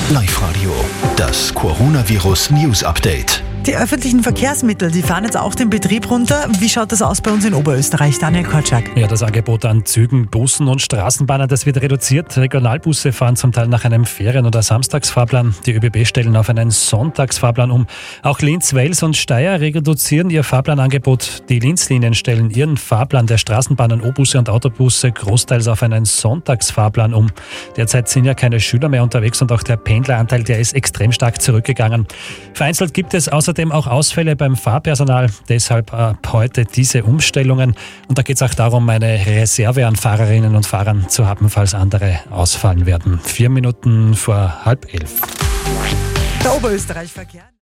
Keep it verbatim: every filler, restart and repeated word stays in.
Live-Radio, das Coronavirus-News-Update. Die öffentlichen Verkehrsmittel, die fahren jetzt auch den Betrieb runter. Wie schaut das aus bei uns in Oberösterreich? Daniel Korczak. Ja, das Angebot an Zügen, Bussen und Straßenbahnen, das wird reduziert. Regionalbusse fahren zum Teil nach einem Ferien- oder Samstagsfahrplan. Die ÖBB stellen auf einen Sonntagsfahrplan um. Auch Linz, Wels und Steyr reduzieren ihr Fahrplanangebot. Die Linz-Linien stellen ihren Fahrplan der Straßenbahnen, O-Busse und Autobusse großteils auf einen Sonntagsfahrplan um. Derzeit sind ja keine Schüler mehr unterwegs und auch der Pendleranteil, der ist extrem stark zurückgegangen. Vereinzelt gibt es außerdem auch Ausfälle beim Fahrpersonal. Deshalb ab heute diese Umstellungen. Und da geht es auch darum, eine Reserve an Fahrerinnen und Fahrern zu haben, falls andere ausfallen werden. Vier Minuten vor halb elf. Der Oberösterreich-Verkehr.